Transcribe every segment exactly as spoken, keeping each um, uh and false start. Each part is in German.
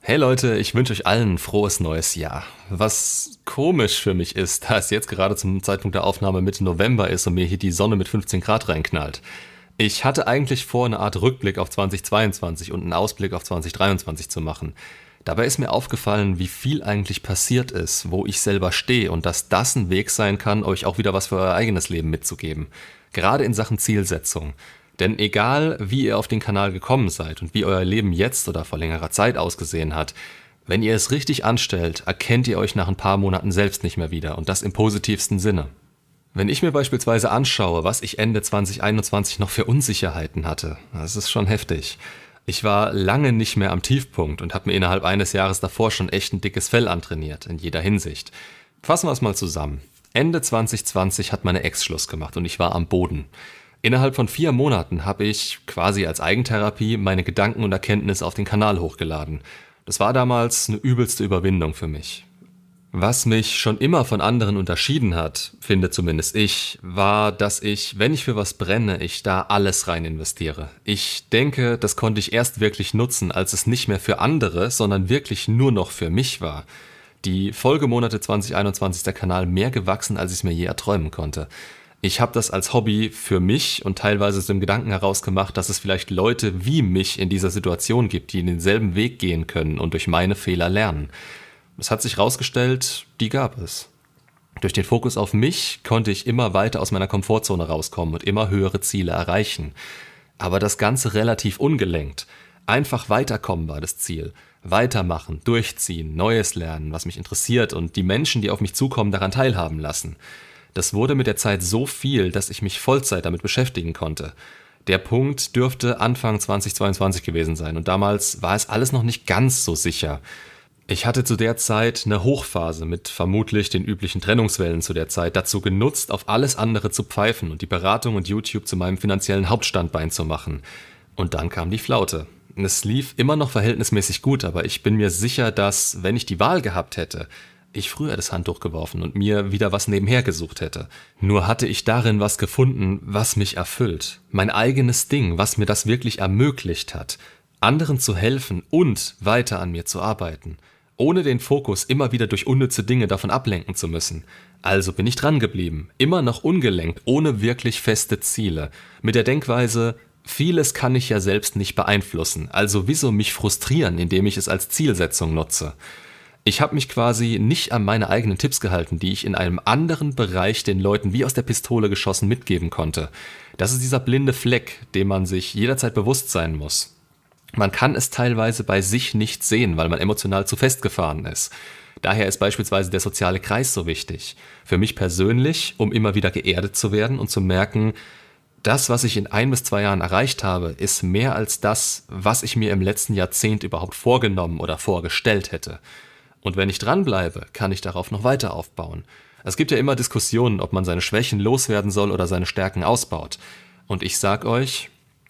Hey Leute, ich wünsche euch allen ein frohes neues Jahr. Was komisch für mich ist, da es jetzt gerade zum Zeitpunkt der Aufnahme Mitte November ist und mir hier die Sonne mit fünfzehn Grad reinknallt. Ich hatte eigentlich vor, eine Art Rückblick auf zweitausendzweiundzwanzig und einen Ausblick auf zweitausenddreiundzwanzig zu machen. Dabei ist mir aufgefallen, wie viel eigentlich passiert ist, wo ich selber stehe und dass das ein Weg sein kann, euch auch wieder was für euer eigenes Leben mitzugeben. Gerade in Sachen Zielsetzung. Denn egal, wie ihr auf den Kanal gekommen seid und wie euer Leben jetzt oder vor längerer Zeit ausgesehen hat, wenn ihr es richtig anstellt, erkennt ihr euch nach ein paar Monaten selbst nicht mehr wieder und das im positivsten Sinne. Wenn ich mir beispielsweise anschaue, was ich Ende zweitausendeinundzwanzig noch für Unsicherheiten hatte, das ist schon heftig. Ich war lange nicht mehr am Tiefpunkt und habe mir innerhalb eines Jahres davor schon echt ein dickes Fell antrainiert, in jeder Hinsicht. Fassen wir es mal zusammen. Ende zweitausendzwanzig hat meine Ex Schluss gemacht und ich war am Boden. Innerhalb von vier Monaten habe ich quasi als Eigentherapie meine Gedanken und Erkenntnisse auf den Kanal hochgeladen. Das war damals eine übelste Überwindung für mich. Was mich schon immer von anderen unterschieden hat, finde zumindest ich, war, dass ich, wenn ich für was brenne, ich da alles rein investiere. Ich denke, das konnte ich erst wirklich nutzen, als es nicht mehr für andere, sondern wirklich nur noch für mich war. Die Folgemonate zweitausendeinundzwanzig ist der Kanal mehr gewachsen, als ich es mir je erträumen konnte. Ich habe das als Hobby für mich und teilweise aus dem Gedanken heraus gemacht, dass es vielleicht Leute wie mich in dieser Situation gibt, die denselben Weg gehen können und durch meine Fehler lernen. Es hat sich herausgestellt, die gab es. Durch den Fokus auf mich konnte ich immer weiter aus meiner Komfortzone rauskommen und immer höhere Ziele erreichen. Aber das Ganze relativ ungelenkt. Einfach weiterkommen war das Ziel. Weitermachen, durchziehen, Neues lernen, was mich interessiert und die Menschen, die auf mich zukommen, daran teilhaben lassen. Das wurde mit der Zeit so viel, dass ich mich Vollzeit damit beschäftigen konnte. Der Punkt dürfte Anfang zweitausendzweiundzwanzig gewesen sein und damals war es alles noch nicht ganz so sicher. Ich hatte zu der Zeit eine Hochphase mit vermutlich den üblichen Trennungswellen zu der Zeit dazu genutzt, auf alles andere zu pfeifen und die Beratung und YouTube zu meinem finanziellen Hauptstandbein zu machen. Und dann kam die Flaute. Es lief immer noch verhältnismäßig gut, aber ich bin mir sicher, dass, wenn ich die Wahl gehabt hätte, ich früher das Handtuch geworfen und mir wieder was nebenher gesucht hätte. Nur hatte ich darin was gefunden, was mich erfüllt. Mein eigenes Ding, was mir das wirklich ermöglicht hat. Anderen zu helfen und weiter an mir zu arbeiten. Ohne den Fokus immer wieder durch unnütze Dinge davon ablenken zu müssen. Also bin ich dran geblieben. Immer noch ungelenkt, ohne wirklich feste Ziele. Mit der Denkweise, vieles kann ich ja selbst nicht beeinflussen. Also wieso mich frustrieren, indem ich es als Zielsetzung nutze? Ich habe mich quasi nicht an meine eigenen Tipps gehalten, die ich in einem anderen Bereich den Leuten wie aus der Pistole geschossen mitgeben konnte. Das ist dieser blinde Fleck, dem man sich jederzeit bewusst sein muss. Man kann es teilweise bei sich nicht sehen, weil man emotional zu festgefahren ist. Daher ist beispielsweise der soziale Kreis so wichtig. Für mich persönlich, um immer wieder geerdet zu werden und zu merken, das, was ich in ein bis zwei Jahren erreicht habe, ist mehr als das, was ich mir im letzten Jahrzehnt überhaupt vorgenommen oder vorgestellt hätte. Und wenn ich dranbleibe, kann ich darauf noch weiter aufbauen. Es gibt ja immer Diskussionen, ob man seine Schwächen loswerden soll oder seine Stärken ausbaut. Und ich sag euch,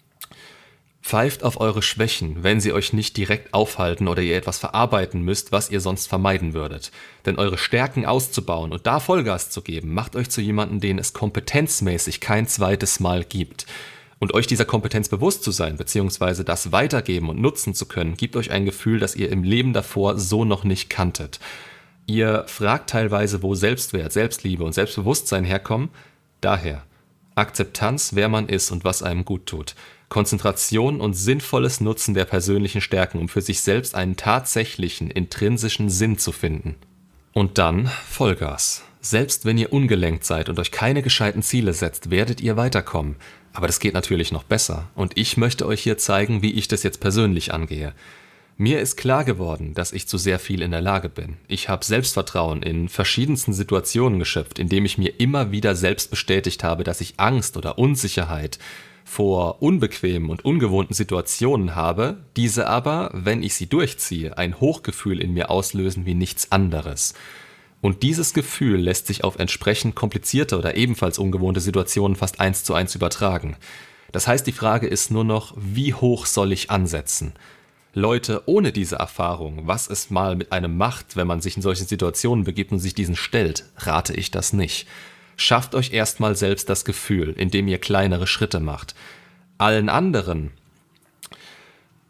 pfeift auf eure Schwächen, wenn sie euch nicht direkt aufhalten oder ihr etwas verarbeiten müsst, was ihr sonst vermeiden würdet. Denn eure Stärken auszubauen und da Vollgas zu geben, macht euch zu jemandem, den es kompetenzmäßig kein zweites Mal gibt. Und euch dieser Kompetenz bewusst zu sein, beziehungsweise das weitergeben und nutzen zu können, gibt euch ein Gefühl, das ihr im Leben davor so noch nicht kanntet. Ihr fragt teilweise, wo Selbstwert, Selbstliebe und Selbstbewusstsein herkommen. Daher Akzeptanz, wer man ist und was einem gut tut. Konzentration und sinnvolles Nutzen der persönlichen Stärken, um für sich selbst einen tatsächlichen, intrinsischen Sinn zu finden. Und dann Vollgas. Selbst wenn ihr ungelenkt seid und euch keine gescheiten Ziele setzt, werdet ihr weiterkommen. Aber das geht natürlich noch besser. Und ich möchte euch hier zeigen, wie ich das jetzt persönlich angehe. Mir ist klar geworden, dass ich zu sehr viel in der Lage bin. Ich habe Selbstvertrauen in verschiedensten Situationen geschöpft, indem ich mir immer wieder selbst bestätigt habe, dass ich Angst oder Unsicherheit vor unbequemen und ungewohnten Situationen habe, diese aber, wenn ich sie durchziehe, ein Hochgefühl in mir auslösen wie nichts anderes. Und dieses Gefühl lässt sich auf entsprechend komplizierte oder ebenfalls ungewohnte Situationen fast eins zu eins übertragen. Das heißt, die Frage ist nur noch, wie hoch soll ich ansetzen? Leute ohne diese Erfahrung, was es mal mit einem macht, wenn man sich in solchen Situationen begibt und sich diesen stellt, rate ich das nicht. Schafft euch erstmal selbst das Gefühl, indem ihr kleinere Schritte macht. Allen anderen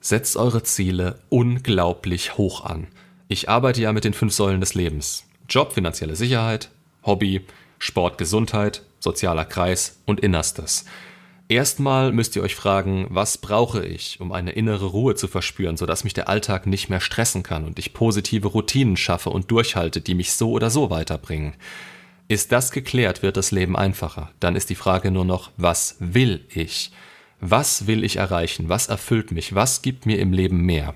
Setzt eure Ziele unglaublich hoch an. Ich arbeite ja mit den fünf Säulen des Lebens. Job, finanzielle Sicherheit, Hobby, Sport, Gesundheit, sozialer Kreis und Innerstes. Erstmal müsst ihr euch fragen, was brauche ich, um eine innere Ruhe zu verspüren, sodass mich der Alltag nicht mehr stressen kann und ich positive Routinen schaffe und durchhalte, die mich so oder so weiterbringen. Ist das geklärt, wird das Leben einfacher. Dann ist die Frage nur noch, was will ich? Was will ich erreichen? Was erfüllt mich? Was gibt mir im Leben mehr?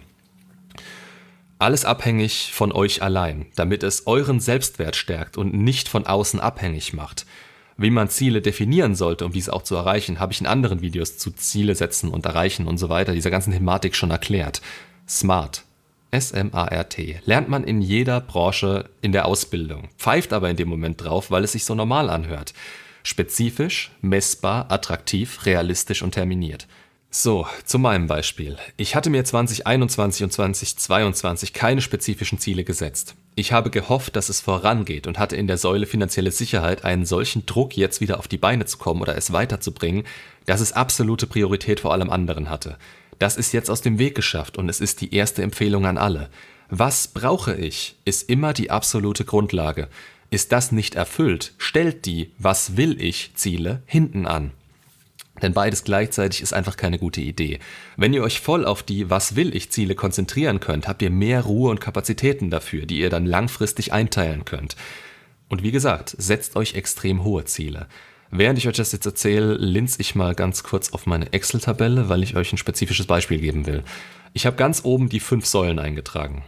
Alles abhängig von euch allein, damit es euren Selbstwert stärkt und nicht von außen abhängig macht. Wie man Ziele definieren sollte, um diese auch zu erreichen, habe ich in anderen Videos zu Ziele setzen und erreichen und so weiter, dieser ganzen Thematik schon erklärt. SMART, S M A R T, lernt man in jeder Branche in der Ausbildung, pfeift aber in dem Moment drauf, weil es sich so normal anhört. Spezifisch, messbar, attraktiv, realistisch und terminiert. So, zu meinem Beispiel. Ich hatte mir zwanzig einundzwanzig und zwanzig zweiundzwanzig keine spezifischen Ziele gesetzt. Ich habe gehofft, dass es vorangeht und hatte in der Säule finanzielle Sicherheit einen solchen Druck, jetzt wieder auf die Beine zu kommen oder es weiterzubringen, dass es absolute Priorität vor allem anderen hatte. Das ist jetzt aus dem Weg geschafft und es ist die erste Empfehlung an alle. Was brauche ich, ist immer die absolute Grundlage. Ist das nicht erfüllt, stellt die Was will ich Ziele hinten an. Denn beides gleichzeitig ist einfach keine gute Idee. Wenn ihr euch voll auf die Was will ich Ziele konzentrieren könnt, habt ihr mehr Ruhe und Kapazitäten dafür, die ihr dann langfristig einteilen könnt. Und wie gesagt, setzt euch extrem hohe Ziele. Während ich euch das jetzt erzähle, linse ich mal ganz kurz auf meine Excel-Tabelle, weil ich euch ein spezifisches Beispiel geben will. Ich habe ganz oben die fünf Säulen eingetragen.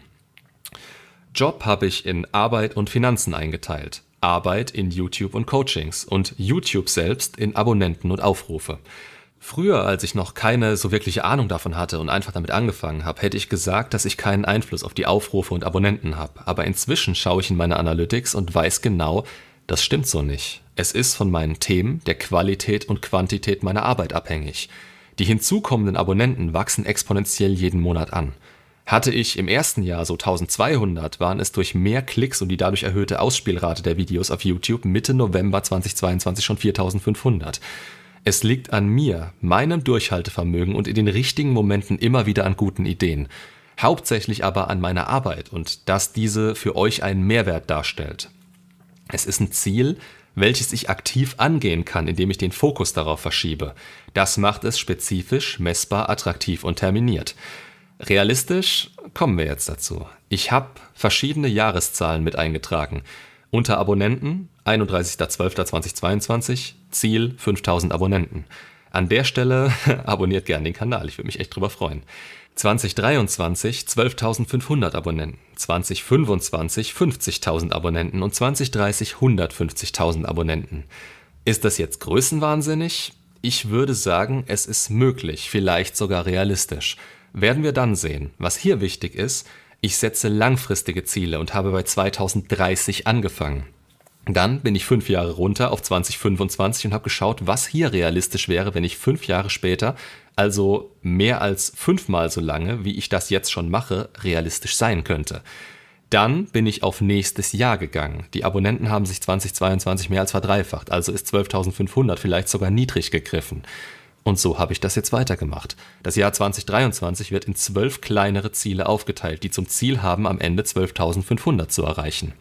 Job habe ich in Arbeit und Finanzen eingeteilt. Arbeit in YouTube und Coachings und YouTube selbst in Abonnenten und Aufrufe. Früher, als ich noch keine so wirkliche Ahnung davon hatte und einfach damit angefangen habe, hätte ich gesagt, dass ich keinen Einfluss auf die Aufrufe und Abonnenten habe. Aber inzwischen schaue ich in meine Analytics und weiß genau, das stimmt so nicht. Es ist von meinen Themen, der Qualität und Quantität meiner Arbeit abhängig. Die hinzukommenden Abonnenten wachsen exponentiell jeden Monat an. Hatte ich im ersten Jahr so eintausendzweihundert, waren es durch mehr Klicks und die dadurch erhöhte Ausspielrate der Videos auf YouTube Mitte November zweitausendzweiundzwanzig schon viertausendfünfhundert. Es liegt an mir, meinem Durchhaltevermögen und in den richtigen Momenten immer wieder an guten Ideen. Hauptsächlich aber an meiner Arbeit und dass diese für euch einen Mehrwert darstellt. Es ist ein Ziel, welches ich aktiv angehen kann, indem ich den Fokus darauf verschiebe. Das macht es spezifisch, messbar, attraktiv und terminiert. Realistisch kommen wir jetzt dazu. Ich habe verschiedene Jahreszahlen mit eingetragen. Unter Abonnenten einunddreißigster zwölfter zweitausendzweiundzwanzig, Ziel fünftausend Abonnenten. An der Stelle abonniert gerne den Kanal, ich würde mich echt drüber freuen. zwanzig dreiundzwanzig zwölftausendfünfhundert Abonnenten, zwanzig fünfundzwanzig fünfzigtausend Abonnenten und zwanzig dreißig hundertfünfzigtausend Abonnenten. Ist das jetzt größenwahnsinnig? Ich würde sagen, es ist möglich, vielleicht sogar realistisch. Werden wir dann sehen. Was hier wichtig ist, ich setze langfristige Ziele und habe bei zweitausenddreißig angefangen. Dann bin ich fünf Jahre runter auf zwanzig fünfundzwanzig und habe geschaut, was hier realistisch wäre, wenn ich fünf Jahre später, also mehr als fünfmal so lange, wie ich das jetzt schon mache, realistisch sein könnte. Dann bin ich auf nächstes Jahr gegangen. Die Abonnenten haben sich zweitausendzweiundzwanzig mehr als verdreifacht, also ist zwölftausendfünfhundert vielleicht sogar niedrig gegriffen. Und so habe ich das jetzt weitergemacht. Das Jahr zwanzig dreiundzwanzig wird in zwölf kleinere Ziele aufgeteilt, die zum Ziel haben, am Ende zwölftausendfünfhundert zu erreichen.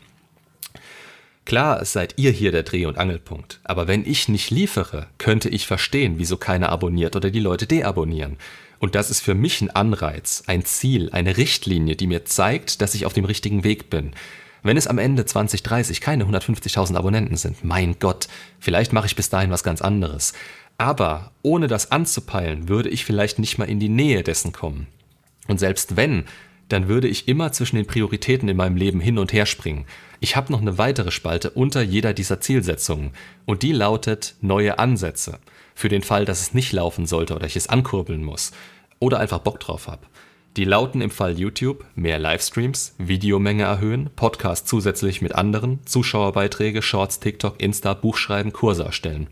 Klar, seid ihr hier der Dreh- und Angelpunkt. Aber wenn ich nicht liefere, könnte ich verstehen, wieso keiner abonniert oder die Leute deabonnieren. Und das ist für mich ein Anreiz, ein Ziel, eine Richtlinie, die mir zeigt, dass ich auf dem richtigen Weg bin. Wenn es am Ende zwanzig dreißig keine hundertfünfzigtausend Abonnenten sind, mein Gott, vielleicht mache ich bis dahin was ganz anderes. Aber ohne das anzupeilen, würde ich vielleicht nicht mal in die Nähe dessen kommen. Und selbst wenn, dann würde ich immer zwischen den Prioritäten in meinem Leben hin und her springen. Ich habe noch eine weitere Spalte unter jeder dieser Zielsetzungen und die lautet neue Ansätze. Für den Fall, dass es nicht laufen sollte oder ich es ankurbeln muss oder einfach Bock drauf habe. Die lauten im Fall YouTube mehr Livestreams, Videomenge erhöhen, Podcast zusätzlich mit anderen, Zuschauerbeiträge, Shorts, TikTok, Insta, Buchschreiben, Kurse erstellen.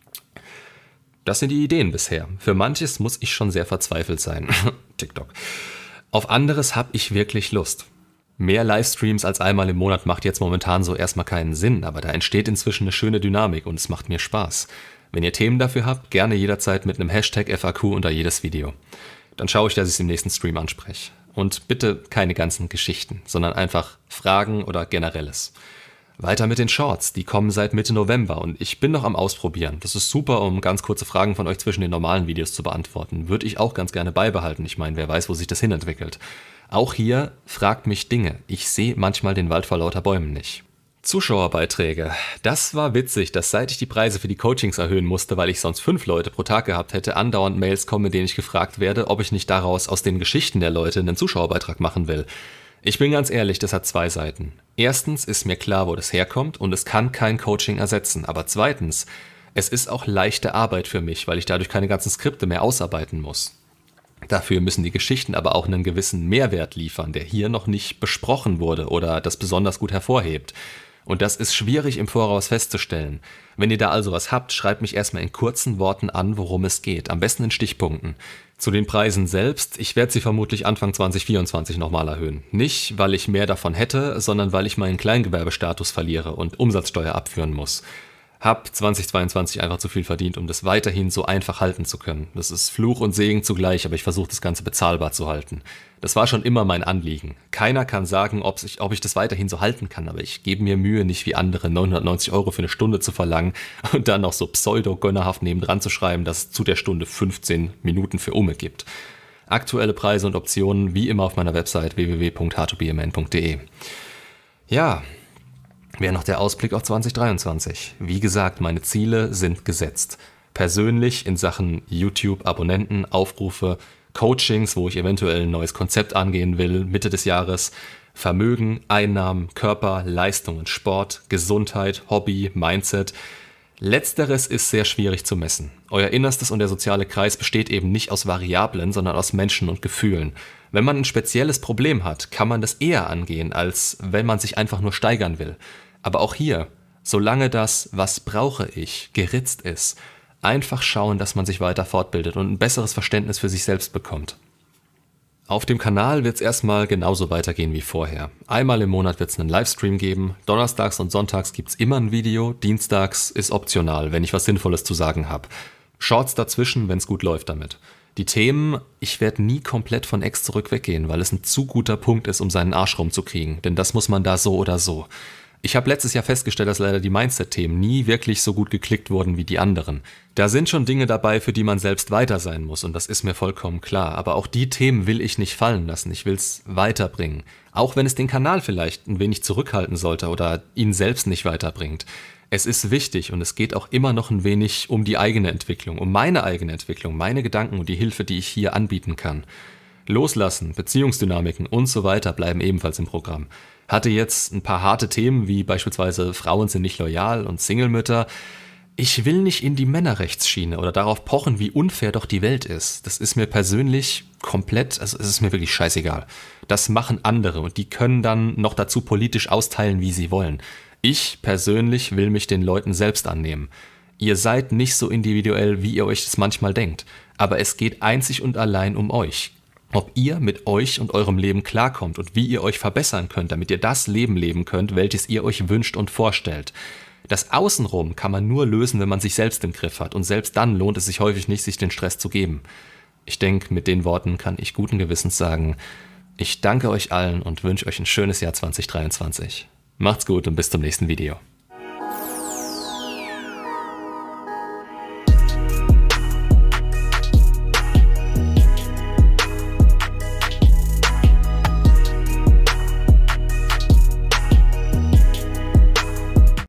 Das sind die Ideen bisher. Für manches muss ich schon sehr verzweifelt sein. TikTok. Auf anderes habe ich wirklich Lust. Mehr Livestreams als einmal im Monat macht jetzt momentan so erstmal keinen Sinn, aber da entsteht inzwischen eine schöne Dynamik und es macht mir Spaß. Wenn ihr Themen dafür habt, gerne jederzeit mit einem Hashtag F A Q unter jedes Video. dann schaue ich, dass ich es im nächsten Stream anspreche. Und bitte keine ganzen Geschichten, sondern einfach Fragen oder Generelles. Weiter mit den Shorts, die kommen seit Mitte November und ich bin noch am Ausprobieren. Das ist super, um ganz kurze Fragen von euch zwischen den normalen Videos zu beantworten. Würde ich auch ganz gerne beibehalten. Ich meine, wer weiß, wo sich das hinentwickelt. Auch hier fragt mich Dinge. Ich sehe manchmal den Wald vor lauter Bäumen nicht. Zuschauerbeiträge. Das war witzig, dass seit ich die Preise für die Coachings erhöhen musste, weil ich sonst fünf Leute pro Tag gehabt hätte, andauernd Mails kommen, in denen ich gefragt werde, ob ich nicht daraus aus den Geschichten der Leute einen Zuschauerbeitrag machen will. Ich bin ganz ehrlich, das hat zwei Seiten. Erstens ist mir klar, wo das herkommt und es kann kein Coaching ersetzen. Aber zweitens, es ist auch leichte Arbeit für mich, weil ich dadurch keine ganzen Skripte mehr ausarbeiten muss. Dafür müssen die Geschichten aber auch einen gewissen Mehrwert liefern, der hier noch nicht besprochen wurde oder das besonders gut hervorhebt. Und das ist schwierig im Voraus festzustellen. Wenn ihr da also was habt, schreibt mich erstmal in kurzen Worten an, worum es geht. Am besten in Stichpunkten. Zu den Preisen selbst, ich werde sie vermutlich Anfang zwanzig vierundzwanzig nochmal erhöhen. Nicht, weil ich mehr davon hätte, sondern weil ich meinen Kleingewerbestatus verliere und Umsatzsteuer abführen muss. Hab zwanzig zweiundzwanzig einfach zu viel verdient, um das weiterhin so einfach halten zu können. Das ist Fluch und Segen zugleich, aber ich versuche das Ganze bezahlbar zu halten. Das war schon immer mein Anliegen. Keiner kann sagen, ob ich, ob ich das weiterhin so halten kann, aber ich gebe mir Mühe, nicht wie andere neunhundertneunzig Euro für eine Stunde zu verlangen und dann noch so pseudo-gönnerhaft nebendran zu schreiben, dass es zu der Stunde fünfzehn Minuten für Umme gibt. Aktuelle Preise und Optionen wie immer auf meiner Website w w w punkt h to be a man punkt d e. Ja, wäre noch der Ausblick auf zwanzig dreiundzwanzig. Wie gesagt, meine Ziele sind gesetzt. Persönlich in Sachen YouTube, Abonnenten, Aufrufe, Coachings, wo ich eventuell ein neues Konzept angehen will, Mitte des Jahres, Vermögen, Einnahmen, Körper, Leistungen, Sport, Gesundheit, Hobby, Mindset. Letzteres ist sehr schwierig zu messen. Euer Innerstes und der soziale Kreis besteht eben nicht aus Variablen, sondern aus Menschen und Gefühlen. Wenn man ein spezielles Problem hat, kann man das eher angehen, als wenn man sich einfach nur steigern will. Aber auch hier, solange das, was brauche ich, geritzt ist, einfach schauen, dass man sich weiter fortbildet und ein besseres Verständnis für sich selbst bekommt. Auf dem Kanal wird es erstmal genauso weitergehen wie vorher. Einmal im Monat wird es einen Livestream geben, donnerstags und sonntags gibt es immer ein Video, dienstags ist optional, wenn ich was Sinnvolles zu sagen habe. Shorts dazwischen, wenn es gut läuft damit. Die Themen, ich werde nie komplett von Ex zurück weggehen, weil es ein zu guter Punkt ist, um seinen Arsch rumzukriegen, denn das muss man da so oder so. Ich habe letztes Jahr festgestellt, dass leider die Mindset-Themen nie wirklich so gut geklickt wurden wie die anderen. Da sind schon Dinge dabei, für die man selbst weiter sein muss und das ist mir vollkommen klar. Aber auch die Themen will ich nicht fallen lassen, ich will es weiterbringen. Auch wenn es den Kanal vielleicht ein wenig zurückhalten sollte oder ihn selbst nicht weiterbringt. Es ist wichtig und es geht auch immer noch ein wenig um die eigene Entwicklung, um meine eigene Entwicklung, meine Gedanken und die Hilfe, die ich hier anbieten kann. Loslassen, Beziehungsdynamiken und so weiter bleiben ebenfalls im Programm. Hatte jetzt ein paar harte Themen, wie beispielsweise Frauen sind nicht loyal und Single-Mütter. Ich will nicht in die Männerrechtsschiene oder darauf pochen, wie unfair doch die Welt ist. Das ist mir persönlich komplett, also es ist mir wirklich scheißegal. Das machen andere und die können dann noch dazu politisch austeilen, wie sie wollen. Ich persönlich will mich den Leuten selbst annehmen. Ihr seid nicht so individuell, wie ihr euch das manchmal denkt. Aber es geht einzig und allein um euch. Ob ihr mit euch und eurem Leben klarkommt und wie ihr euch verbessern könnt, damit ihr das Leben leben könnt, welches ihr euch wünscht und vorstellt. Das Außenrum kann man nur lösen, wenn man sich selbst im Griff hat und selbst dann lohnt es sich häufig nicht, sich den Stress zu geben. Ich denke, mit den Worten kann ich guten Gewissens sagen, ich danke euch allen und wünsche euch ein schönes Jahr zwanzig dreiundzwanzig. Macht's gut und bis zum nächsten Video.